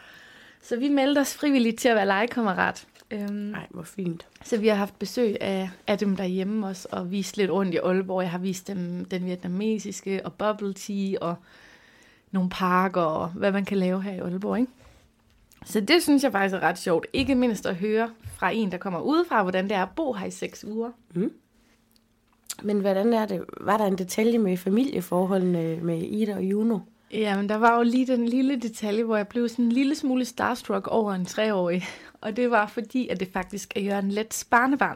Så vi meldte os frivilligt til at være legekammerat. Nej, øhm, hvor fint. Så vi har haft besøg af, af dem derhjemme også, og vist lidt rundt i Aalborg. Jeg har vist dem den vietnamesiske, og bubble tea, og nogle parker, og hvad man kan lave her i Aalborg, ikke? Så det synes jeg faktisk er ret sjovt. Ikke mindst at høre fra en, der kommer udefra, hvordan det er at bo her i seks uger. Mm. Men hvordan er det? Var der en detalje med familieforholdene med Ida og Juno? Ja, men der var jo lige den lille detalje, hvor jeg blev sådan en lille smule starstruck over en treårig. Og det var fordi, at det faktisk er Jørgen Leths barnebarn.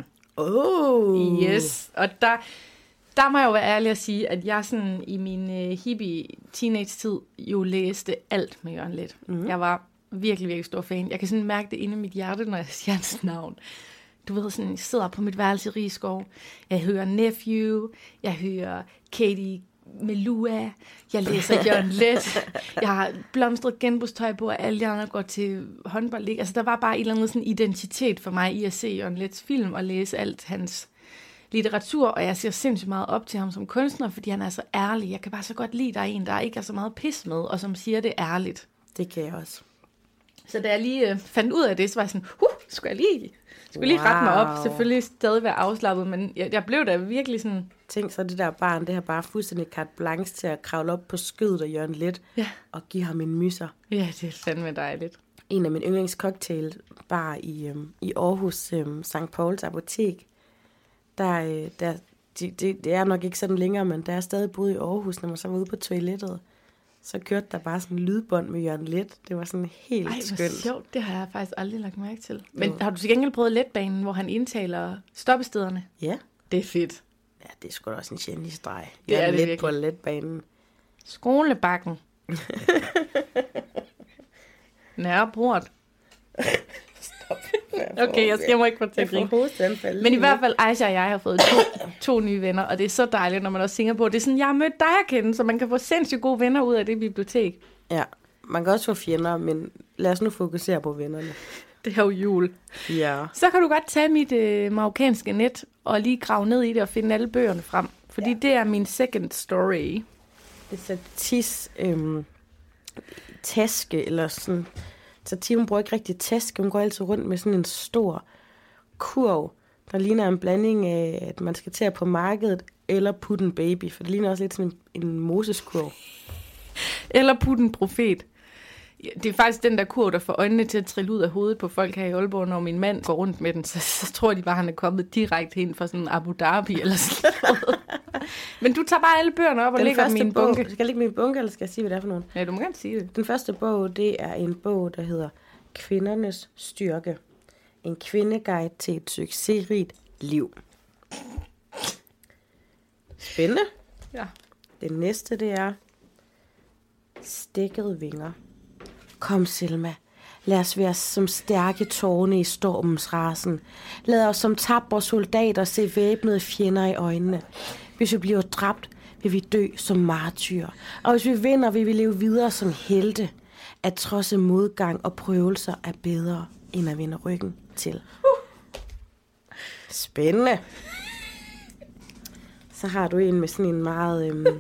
Oh! Yes, og der, der må jeg jo være ærlig at sige, at jeg sådan i min uh, hippie teenage-tid jo læste alt med Jørgen Leth. Mm. Jeg var virkelig, virkelig stor fan. Jeg kan sådan mærke det inde i mit hjerte, når jeg siger hans navn. Du ved, sådan, jeg sidder på mit værelse i Rigskov. Jeg hører Nephew. Jeg hører Katie Melua. Jeg læser Jørgen Leth. Jeg har blomstret genbrugstøj på, og alle de andre går til håndbold. Altså, der var bare en eller anden sådan identitet for mig i at se Jørgen Leths film og læse alt hans litteratur. Og jeg ser sindssygt meget op til ham som kunstner, fordi han er så ærlig. Jeg kan bare så godt lide, der er en, der ikke er så meget pis med, og som siger det ærligt. Det kan jeg også. Så da jeg lige øh, fandt ud af det, så var jeg sådan, huh, skulle jeg lige... Jeg skulle lige rette mig op, selvfølgelig stadig være afslappet, men jeg, jeg blev da virkelig sådan... Tænk så, det der barn, det har bare fuldstændig carte blanche til at kravle op på skødet af Jørgen Leth, ja, og give ham en myser. Ja, det er fandme dejligt. En af mine yndlingscocktailbar i, øhm, i Aarhus, øhm, Sankt Pauls Apotek, der, øh, der det, det, det er nok ikke sådan længere, men der er stadig boet i Aarhus, når man så var ude på toilettet. Så kørte der bare sådan en lydbånd med Jørgen Leth. Det var sådan helt Ej, skønt. Ej, hvor sjovt. Det har jeg faktisk aldrig lagt mærke til. Men jo. Har du til gengæld prøvet letbanen, hvor han indtaler stoppestederne? Ja. Det er fedt. Ja, det er sgu da også en genistreg. Det er det lidt på letbanen. Skolebakken. Nørreport. Stop. Okay, jeg skal ikke fortælle grin. Men i hvert fald, Aisha og jeg har fået to, to nye venner, og det er så dejligt, når man også tænker på, det er sådan, jeg har mødt dig at kende, så man kan få sindssygt gode venner ud af det bibliotek. Ja, man kan også få fjender, men lad os nu fokusere på vennerne. Det er jo jul. Ja. Så kan du godt tage mit øh, marokkanske net, og lige grave ned i det og finde alle bøgerne frem, fordi ja, det er min second story. Det er Satis øhm, taske, eller sådan... Satie, hun bruger ikke rigtig taske, hun går altid rundt med sådan en stor kurv, der ligner en blanding af, at man skal til på markedet, eller putte en baby, for det ligner også lidt sådan en, en Moses-kurv. Eller putte en profet. Det er faktisk den der kurv, der får øjnene til at trille ud af hovedet på folk her i Aalborg, når min mand går rundt med den, så, så tror de bare, han er kommet direkte ind fra sådan Abu Dhabi eller sådan noget. Men du tager bare alle bøgerne op og den lægger dem i en bunke. Skal jeg lægge dem i en bunke, eller skal jeg sige, hvad det er for nogen? Ja, du må gerne sige det. Den første bog, det er en bog, der hedder Kvindernes Styrke. En kvindeguide til et succesrigt liv. Spændende. Ja. Den næste, det er Stikkede vinger. Kom, Selma. Lad os være som stærke tårne i stormens rasen. Lad os som tapre soldater se væbnede fjender i øjnene. Hvis vi bliver dræbt, vil vi dø som martyrer. Og hvis vi vinder, vil vi leve videre som helte. At trodse modgang og prøvelser er bedre, end at vende ryggen til. Spændende. Så har du en med sådan en meget øhm,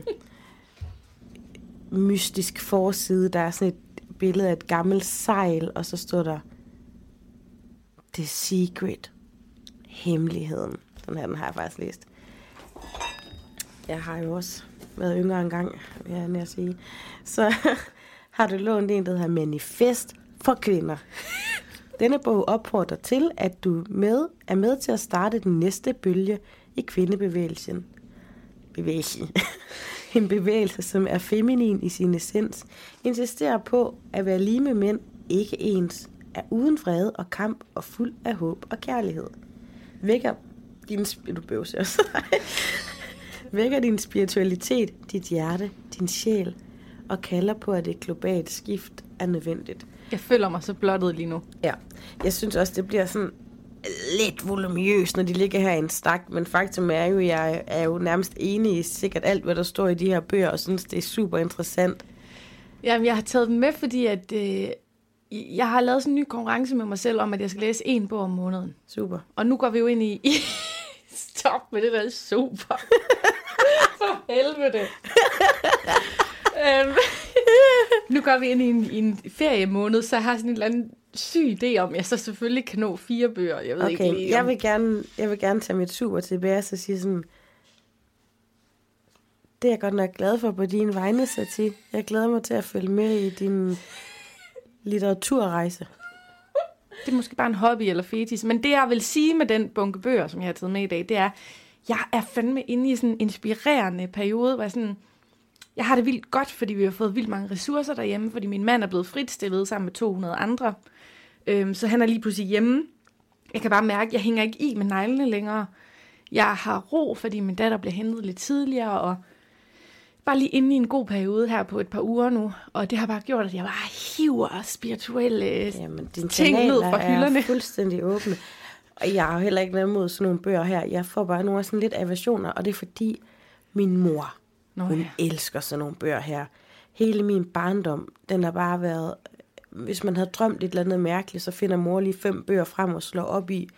mystisk forside. Der er sådan et billede af et gammelt sejl, og så står der The Secret. Hemmeligheden. Den her, den har jeg faktisk læst. Jeg har jo også været yngre engang, vil jeg nær sige. Så har du lånt en, der hedder Manifest for kvinder. Denne bog opfordrer til, at du med, er med til at starte den næste bølge i kvindebevægelsen. Bevægelsen. En bevægelse, som er feminin i sin essens, insisterer på at være lige med mænd, ikke ens, er uden fred og kamp og fuld af håb og kærlighed. Vækker din, du bøvser også. Vækker din spiritualitet, dit hjerte, din sjæl, og kalder på, at et globalt skift er nødvendigt. Jeg føler mig så blottet lige nu. Ja, jeg synes også, det bliver sådan lidt voluminøst, når de ligger her i en stak, men faktum er jo, jeg er jo nærmest enig i sikkert alt, hvad der står i de her bøger, og synes, det er super interessant. Jamen, jeg har taget dem med, fordi at, øh, jeg har lavet sådan en ny konkurrence med mig selv om, at jeg skal læse en bog om måneden. Super. Og nu går vi jo ind i... i stop med det der super. For helvede. øhm, nu går vi ind i en, i en feriemåned, så jeg har sådan en eller anden syg idé om, jeg så selvfølgelig kan nå fire bøger. Jeg ved okay, ikke lige, om... jeg vil gerne, jeg vil gerne tage mit super tilbage, så sige sådan, det er jeg godt nok glad for på din vegne, Satie. Jeg glæder mig til at følge med i din litteraturrejse. Det er måske bare en hobby eller fetis, men det jeg vil sige med den bunke bøger, som jeg har taget med i dag, det er, jeg er fandme inde i sådan en inspirerende periode, hvor jeg sådan, jeg har det vildt godt, fordi vi har fået vildt mange ressourcer derhjemme, fordi min mand er blevet fritstillet sammen med to hundrede andre. Øhm, så han er lige pludselig hjemme. Jeg kan bare mærke, at jeg hænger ikke i med neglene længere. Jeg har ro, fordi min datter bliver hentet lidt tidligere, og bare lige inde i en god periode her på et par uger nu. Og det har bare gjort, at jeg bare hiver spirituelle Jamen, din ting ned fra hylderne. Er fuldstændig åbne. Og jeg har jo heller ikke noget imod sådan nogle bøger her. Jeg får bare nogle sådan lidt aversioner, og det er fordi min mor, Nå, hun ja. elsker sådan nogle bøger her. Hele min barndom, den har bare været... Hvis man havde drømt et eller andet mærkeligt, så finder mor lige fem bøger frem og slår op i.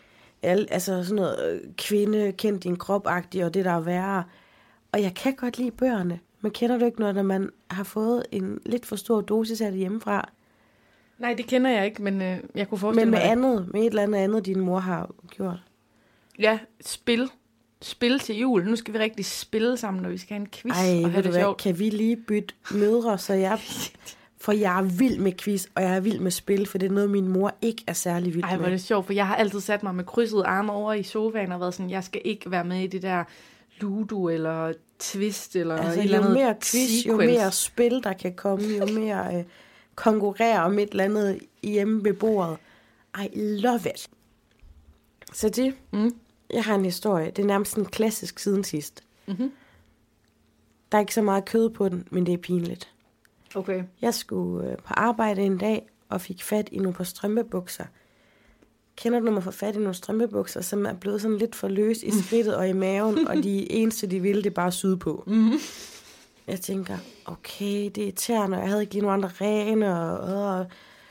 Altså sådan noget kvinde, kend din krop-agtigt, og det der er værre. Og jeg kan godt lide bøgerne. Men kender du ikke noget, når man har fået en lidt for stor dosis af det hjemmefra? Nej, det kender jeg ikke, men øh, jeg kunne forestille mig... Men med mig andet, med et eller andet andet, din mor har gjort. Ja, spil. Spil til jul. Nu skal vi rigtig spille sammen, når vi skal have en quiz. Ej, og have det hvad, sjovt. Kan vi lige bytte mødre, så jeg... For jeg er vild med quiz, og jeg er vild med spil, for det er noget, min mor ikke er særlig vild med. Ej, hvor er det sjovt, for jeg har altid sat mig med krydsede arme over i sofaen og været sådan, jeg skal ikke være med i det der Ludo eller Twist eller altså, et eller andet jo mere quiz, sequence. Jo mere spil, der kan komme, jo mere øh, konkurrere om et eller andet hjemme ved bordet. I love it. Så det, mm. jeg har en historie. Det er nærmest en klassisk siden sidst. Mm-hmm. Der er ikke så meget kød på den, men det er pinligt. Okay. Jeg skulle øh, på arbejde en dag, og fik fat i nogle par strømpebukser. Kender du, når man får fat i nogle strømpebukser, som er blevet sådan lidt for løs i skridtet og i maven, og de eneste, de ville, det er bare syde på. Mm-hmm. Jeg tænker, okay, det er irriterende, og jeg havde ikke lige nogen andre rene, og, og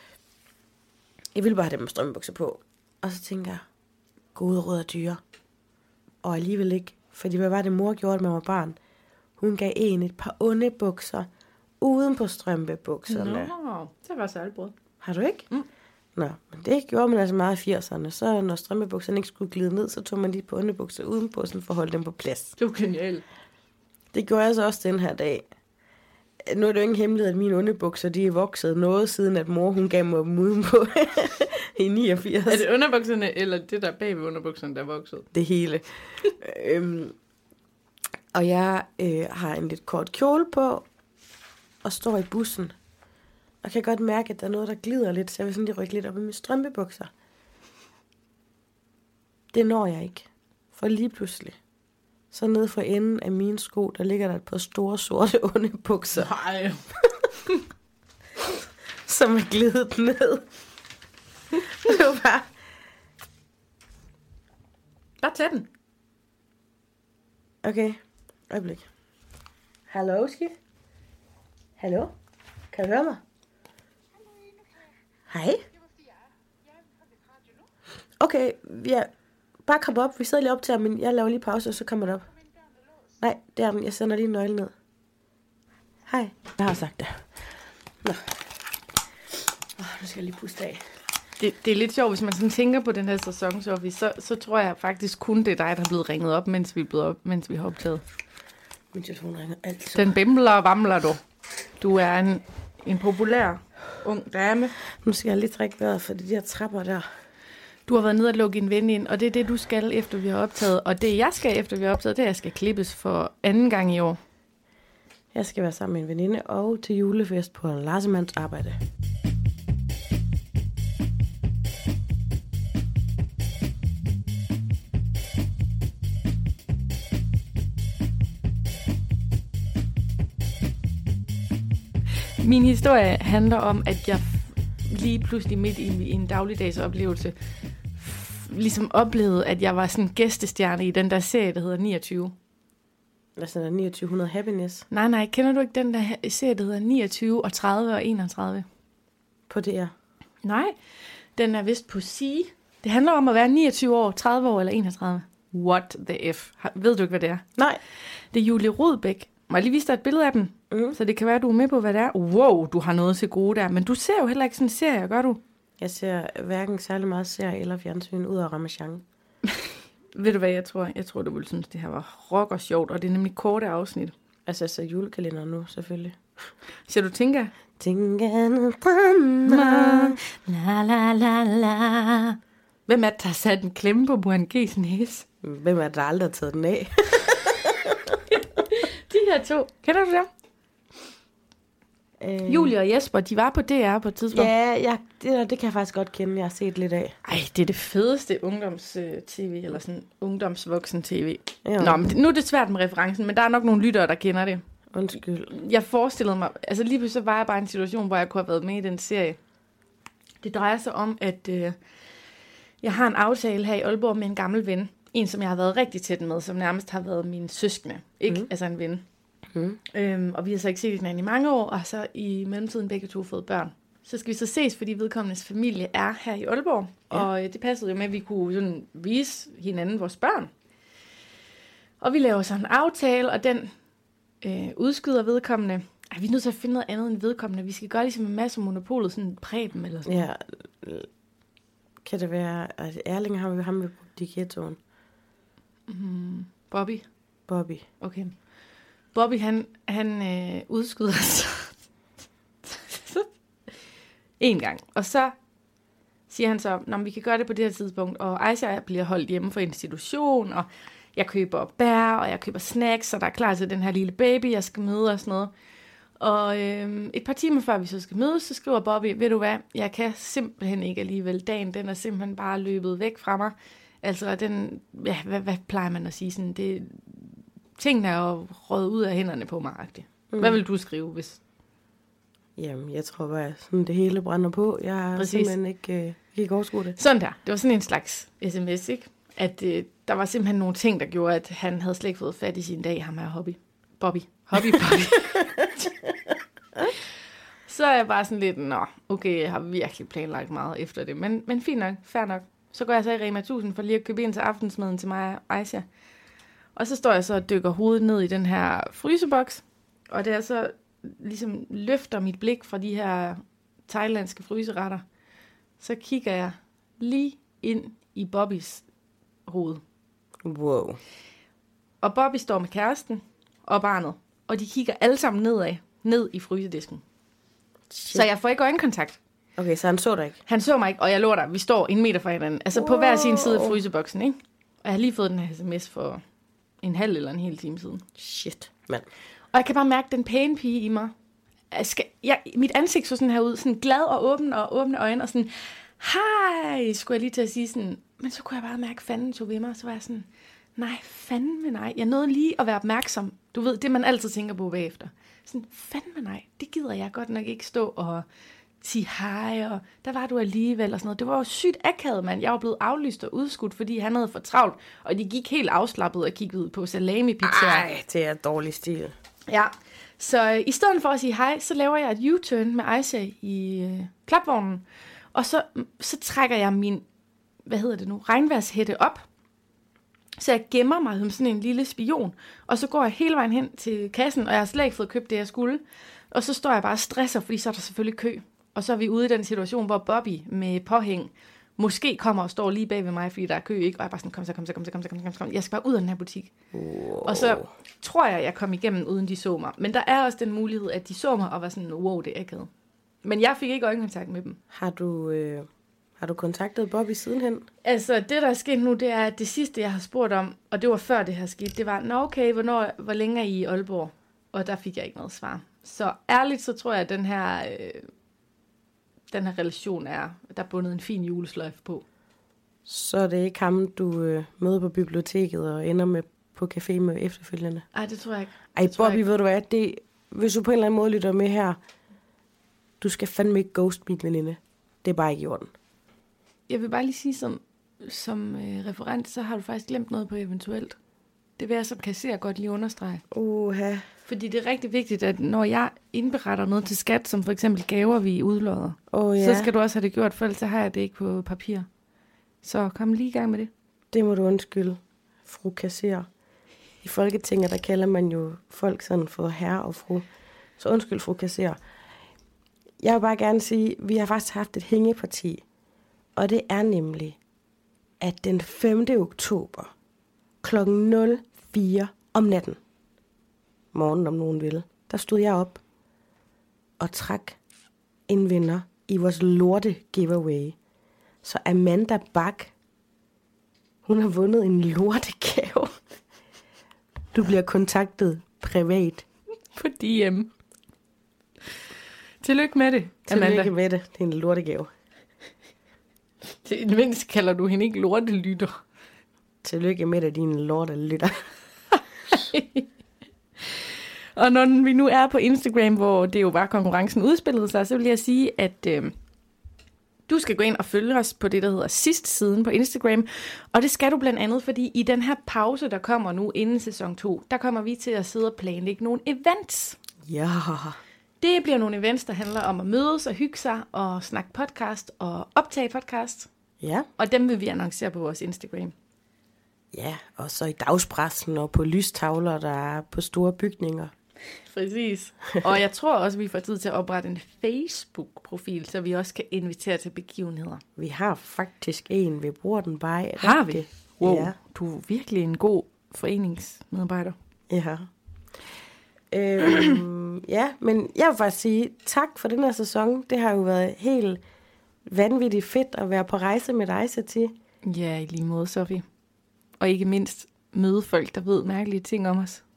jeg ville bare have dem med strømpebukser på. Og så tænker jeg, gode rød er dyre. Og alligevel ikke, fordi hvad var det, mor gjorde, med mig barn? Hun gav en et par underbukser, uden på strømpebukserne. Nå, det var særligt. Har du ikke? Mm. Nå, men det gjorde man altså meget i firserne. Så når strømpebukserne ikke skulle glide ned, så tog man lige på underbukser udenpå, sådan for at holde dem på plads. Det var genialt. Det gjorde jeg så også den her dag. Nu er det jo ingen hemmelighed, at mine underbukser, de er vokset noget, siden at mor, hun gav mig dem udenpå i niogfirs. Er det underbukserne, eller det der bag ved underbukserne, der er vokset? Det hele. øhm, og jeg øh, har en lidt kort kjole på, og står i bussen, og kan godt mærke, at der er noget, der glider lidt, så jeg vil sådan lige rykke lidt op i mine strømpebukser. Det når jeg ikke. For lige pludselig, så nede for enden af mine sko, der ligger der et par store, sorte underbukser. Nej. Som er glidet ned. Det var bare... Bare tag den. Okay, øjeblik. Hallo, Ski? Hallo? Kan du høre mig? Hej. Okay, ja, bare kom op. Vi sidder lige op til, men jeg laver lige pause, og så kommer det op. Nej, det er den. Jeg sender lige nøglen ned. Hej. Jeg har sagt det. Nå. Oh, nu skal jeg lige puste af. Det, det er lidt sjovt, hvis man sådan tænker på den her sæson, Sofie, så, så tror jeg faktisk kun, det er dig, der er blevet ringet op, mens vi er blevet op, mens vi har optaget. Min telefon ringer altid. Den bimler og vamler du. Du er en, en populær ung dame. Nu skal jeg lige trække vejret for de der trapper der. Du har været nede og lukke en ven ind, og det er det, du skal, efter vi har optaget. Og det, jeg skal, efter vi har optaget, det er, at jeg skal klippes for anden gang i år. Jeg skal være sammen med en veninde og til julefest på Larsemanns arbejde. Min historie handler om, at jeg lige pludselig midt i en dagligdags oplevelse ligesom oplevede, at jeg var sådan en gæstestjerne i den der serie, der hedder niogtyve. Hvad sådan der niogtyve hundrede Happiness? Nej, nej, kender du ikke den der serie, der hedder niogtyve og tredive og enogtredive? På D R? Nej, den er vist på Sige. Det handler om at være niogtyve år, tredive år eller enogtredive. What the F? Ved du ikke, hvad det er? Nej. Det er Julie Rudbæk. Må jeg lige vise dig et billede af dem? Mm. Så det kan være, at du er med på, hvad det er. Wow, du har noget til gode der. Men du ser jo heller ikke sådan en serie, gør du? Jeg ser hverken særlig meget serie eller fjernsyn ud af Ramachan. Ved du hvad, jeg tror? Jeg tror, du ville synes, det her var rock og sjovt, og det er nemlig korte afsnit. Altså, så julekalender nu, selvfølgelig. Så du tænker? Tænker drømmer, la la la la. Hvem er det, der har sat en klemme på Burhan G's næse? Hvem er det, der aldrig har taget den af? De her to. Kender du dem? Øh... Julie og Jesper, de var på D R på et tidspunkt. Ja, ja det, det kan jeg faktisk godt kende. Jeg har set lidt af. Ej, det er det fedeste ungdoms-tv, eller sådan ungdomsvoksen-tv. Ja. Nå, men nu er det svært med referencen, men der er nok nogle lyttere, der kender det. Undskyld. Jeg forestillede mig, altså lige pludselig så var jeg bare i en situation, hvor jeg kunne have været med i den serie. Det drejer sig om, at øh, jeg har en aftale her i Aalborg med en gammel ven. En, som jeg har været rigtig tæt med, som nærmest har været min søskende. Ikke? Mm. Altså en ven. Mm. Øhm, og vi har så ikke set hinanden i mange år, og så i mellemtiden begge to fået børn. Så skal vi så ses, fordi vedkommendes familie er her i Aalborg. Ja. Og øh, det passede jo med, at vi kunne sådan vise hinanden vores børn. Og vi laver så en aftale, og den øh, udskyder vedkommende. Ej, vi er nødt til at finde noget andet end vedkommende. Vi skal gøre ligesom en masse monopolet, sådan Preben eller sådan. Ja, kan det være, at Erling har vi ham ved Diketoren? Mm, Bobby. Bobby. Okay. Bobby, han, han øh, udskyder sig en gang. Og så siger han så, at vi kan gøre det på det her tidspunkt. Og Aisha bliver holdt hjemme for institution, og jeg køber bær, og jeg køber snacks, så der er klar til den her lille baby, jeg skal møde og sådan noget. Og øh, et par timer før vi så skal mødes, så skriver Bobby, ved du hvad, jeg kan simpelthen ikke alligevel. Dagen, den er simpelthen bare løbet væk fra mig. Altså, den, ja, hvad, hvad plejer man at sige? Sådan, det, tingene er jo røget ud af hænderne på mig. Mm. Hvad vil du skrive, hvis... Jamen, jeg tror bare, sådan det hele brænder på. Jeg har Præcis. simpelthen ikke, øh, ikke overskue det. Sådan der. Det var sådan en slags sms, ikke? At øh, der var simpelthen nogle ting, der gjorde, at han havde slet ikke fået fat i sin dag, ham her hobby. Bobby. Hobby, Bobby. Så er jeg bare sådan lidt, nå, okay, jeg har virkelig planlagt meget efter det. Men, men fint nok, fair nok. Så går jeg så i Rema tusind for lige at købe ind til aftensmaden til mig og Aisha. Og så står jeg så og dykker hovedet ned i den her fryseboks. Og det er så ligesom løfter mit blik fra de her thailandske fryseretter. Så kigger jeg lige ind i Bobbys hoved. Wow. Og Bobby står med kæresten og barnet. Og de kigger alle sammen nedad, ned i frysedisken. Shit. Så jeg får ikke øjenkontakt. Okay, så han så dig ikke? Han så mig ikke, og jeg lå der. Vi står en meter fra hinanden. Altså wow. På hver sin side af fryseboksen, ikke? Og jeg har lige fået den her sms for en halv eller en hel time siden. Shit, mand. Og jeg kan bare mærke den pæne pige i mig. Jeg skal, jeg, mit ansigt så sådan her ud, sådan glad og åben og åbne øjne, og sådan, hej, skulle jeg lige til at sige sådan, men så kunne jeg bare mærke, fanden tog ved mig, så var jeg sådan, nej, fandme nej. Jeg nåede lige at være opmærksom. Du ved, det man altid tænker på bagefter. Sådan, fandme nej, det gider jeg godt nok ikke stå og sige hej, og der var du alligevel, og sådan noget. Det var jo sygt akavet, mand. Jeg var blevet aflyst og udskudt, fordi han havde for travlt, og de gik helt afslappet og kiggede på salami-pizza. Ej, det er dårlig stil. Ja, så øh, i stedet for at sige hej, så laver jeg et U-turn med Aisha i øh, klapvognen, Og så, så trækker jeg min, hvad hedder det nu, regnvejrshætte op. Så jeg gemmer mig som sådan en lille spion. Og så går jeg hele vejen hen til kassen, og jeg har slet ikke fået købt det, jeg skulle. Og så står jeg bare og stresser, fordi så er der selvfølgelig kø. Og så er vi ude i den situation, hvor Bobby med påhæng måske kommer og står lige bag ved mig, fordi der er kø, ikke? Og jeg er bare sådan, kom så, kom så, kom så, kom så, kom så, kom så. Jeg skal bare ud af den her butik. Wow. Og så tror jeg, jeg kom igennem, uden de så mig. Men der er også den mulighed, at de så mig og var sådan, wow, det er akavet. Men jeg fik ikke øjenkontakt med dem. Har du, øh, har du kontaktet Bobby sidenhen? Altså, det der er sket nu, det er, at det sidste, jeg har spurgt om, og det var før det her skete, det var, nå okay, hvornår, hvor længe er I i Aalborg? Og der fik jeg ikke noget svar. Så ærligt, så tror jeg, at den her, øh, den her relation er, der er bundet en fin julesløjfe på. Så er det ikke ham, du øh, møder på biblioteket og ender med på café med efterfølgende? Nej, det tror jeg ikke. Ej, Bobby, ved du hvad, det, hvis du på en eller anden måde lytter med her, du skal fandme ikke ghost min veninde. Det er bare ikke i orden. Jeg vil bare lige sige, som, som øh, referent, så har du faktisk glemt noget på eventuelt. Det vil jeg som kasserer godt lige understrege. Uha. Fordi det er rigtig vigtigt, at når jeg indberetter noget til skat, som for eksempel gaver, vi udlodder, oh, ja. så skal du også have det gjort, for ellers har jeg det ikke på papir. Så kom lige i gang med det. Det må du undskylde, fru kasserer. I Folketinget, der kalder man jo folk sådan for herre og fru. Så undskyld, fru kasserer. Jeg vil bare gerne sige, at vi har faktisk haft et hængeparti. Og det er nemlig, at den femte oktober klokken nul fire om natten, morgen om nogen vil, der stod jeg op og trak en vinder i vores lorte giveaway. Så Amanda Bak, hun har vundet en lortegave. Du bliver kontaktet privat. På D M. Tillykke med det, Amanda. Tillykke med det. Det er en lortegave. I det mindste kalder du hende ikke lortelytter. Tillykke med det, din lortelytter. Og når vi nu er på Instagram, hvor det jo var konkurrencen udspillede sig, så vil jeg sige, at øh, du skal gå ind og følge os på det, der hedder Sidst Siden på Instagram. Og det skal du blandt andet, fordi i den her pause, der kommer nu inden sæson to, der kommer vi til at sidde og planlægge nogle events. Ja. Det bliver nogle events, der handler om at mødes og hygge sig og snakke podcast og optage podcast. Ja. Og dem vil vi annoncere på vores Instagram. Ja, og så i dagspressen og på lystavler, der er på store bygninger. Præcis. Og jeg tror også, vi får tid til at oprette en Facebook-profil, så vi også kan invitere til begivenheder. Vi har faktisk en, vi bruger den bare. Har vi? Wow, ja. Du er virkelig en god foreningsmedarbejder. Ja. Øhm, ja, men jeg vil faktisk sige tak for den her sæson. Det har jo været helt vanvittigt fedt at være på rejse med dig, Satie. Ja, i lige måde, Sofie. Og ikke mindst møde folk, der ved mærkelige ting om os.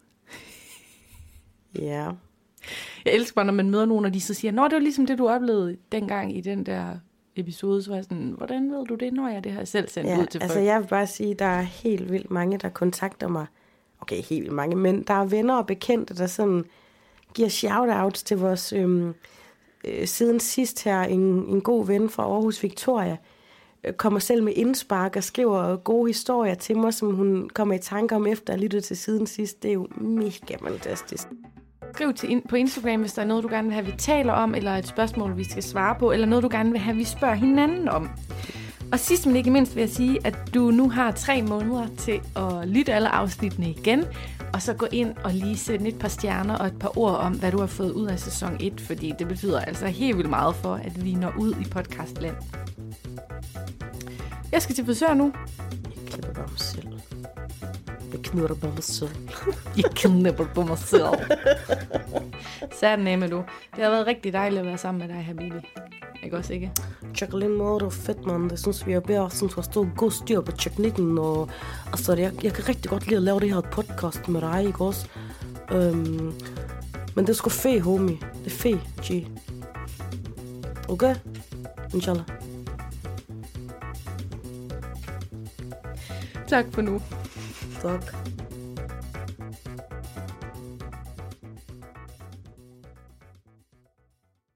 Ja. Jeg elsker, når man møder nogen, og de så siger, nå, det var ligesom det, du oplevede dengang i den der episode. Så var jeg sådan, hvordan ved du det, når jeg det har selv sendt ja, ud til folk? Altså jeg vil bare sige, der er helt vildt mange, der kontakter mig. Okay, helt vildt mange, men der er venner og bekendte, der sådan giver shoutouts til vores øhm, øh, siden sidst her. En, en god ven fra Aarhus, Victoria, øh, kommer selv med indspark og skriver gode historier til mig, som hun kommer i tanke om efter at lytte til siden sidst. Det er jo mega fantastisk. Skriv til in- på Instagram, hvis der er noget, du gerne vil have, vi taler om, eller et spørgsmål, vi skal svare på, eller noget, du gerne vil have, vi spørger hinanden om. Og sidst men ikke mindst vil jeg sige, at du nu har tre måneder til at lytte alle afsnittene igen, og så gå ind og lige sætte et par stjerner og et par ord om, hvad du har fået ud af sæson et, fordi det betyder altså helt vildt meget for, at vi når ud i podcastland. Jeg skal til frisør nu. Jeg klipper bare mig selv. Jeg knutter på mig selv. Jeg knipper på mig selv. Sådan med du. Det har været rigtig dejligt at være sammen med dig, Habibi. Ikke også, ikke? Jacqueline Mode er fedt, man. Det synes vi er bedre, synes vi har stået god styr på teknikken. Og, altså, jeg, jeg kan rigtig godt lide at lave det her podcast med dig, ikke også? Um, men det er sgu fe, homie. Det er fe, G. Okay? Inshallah. Tak for nu. Tak.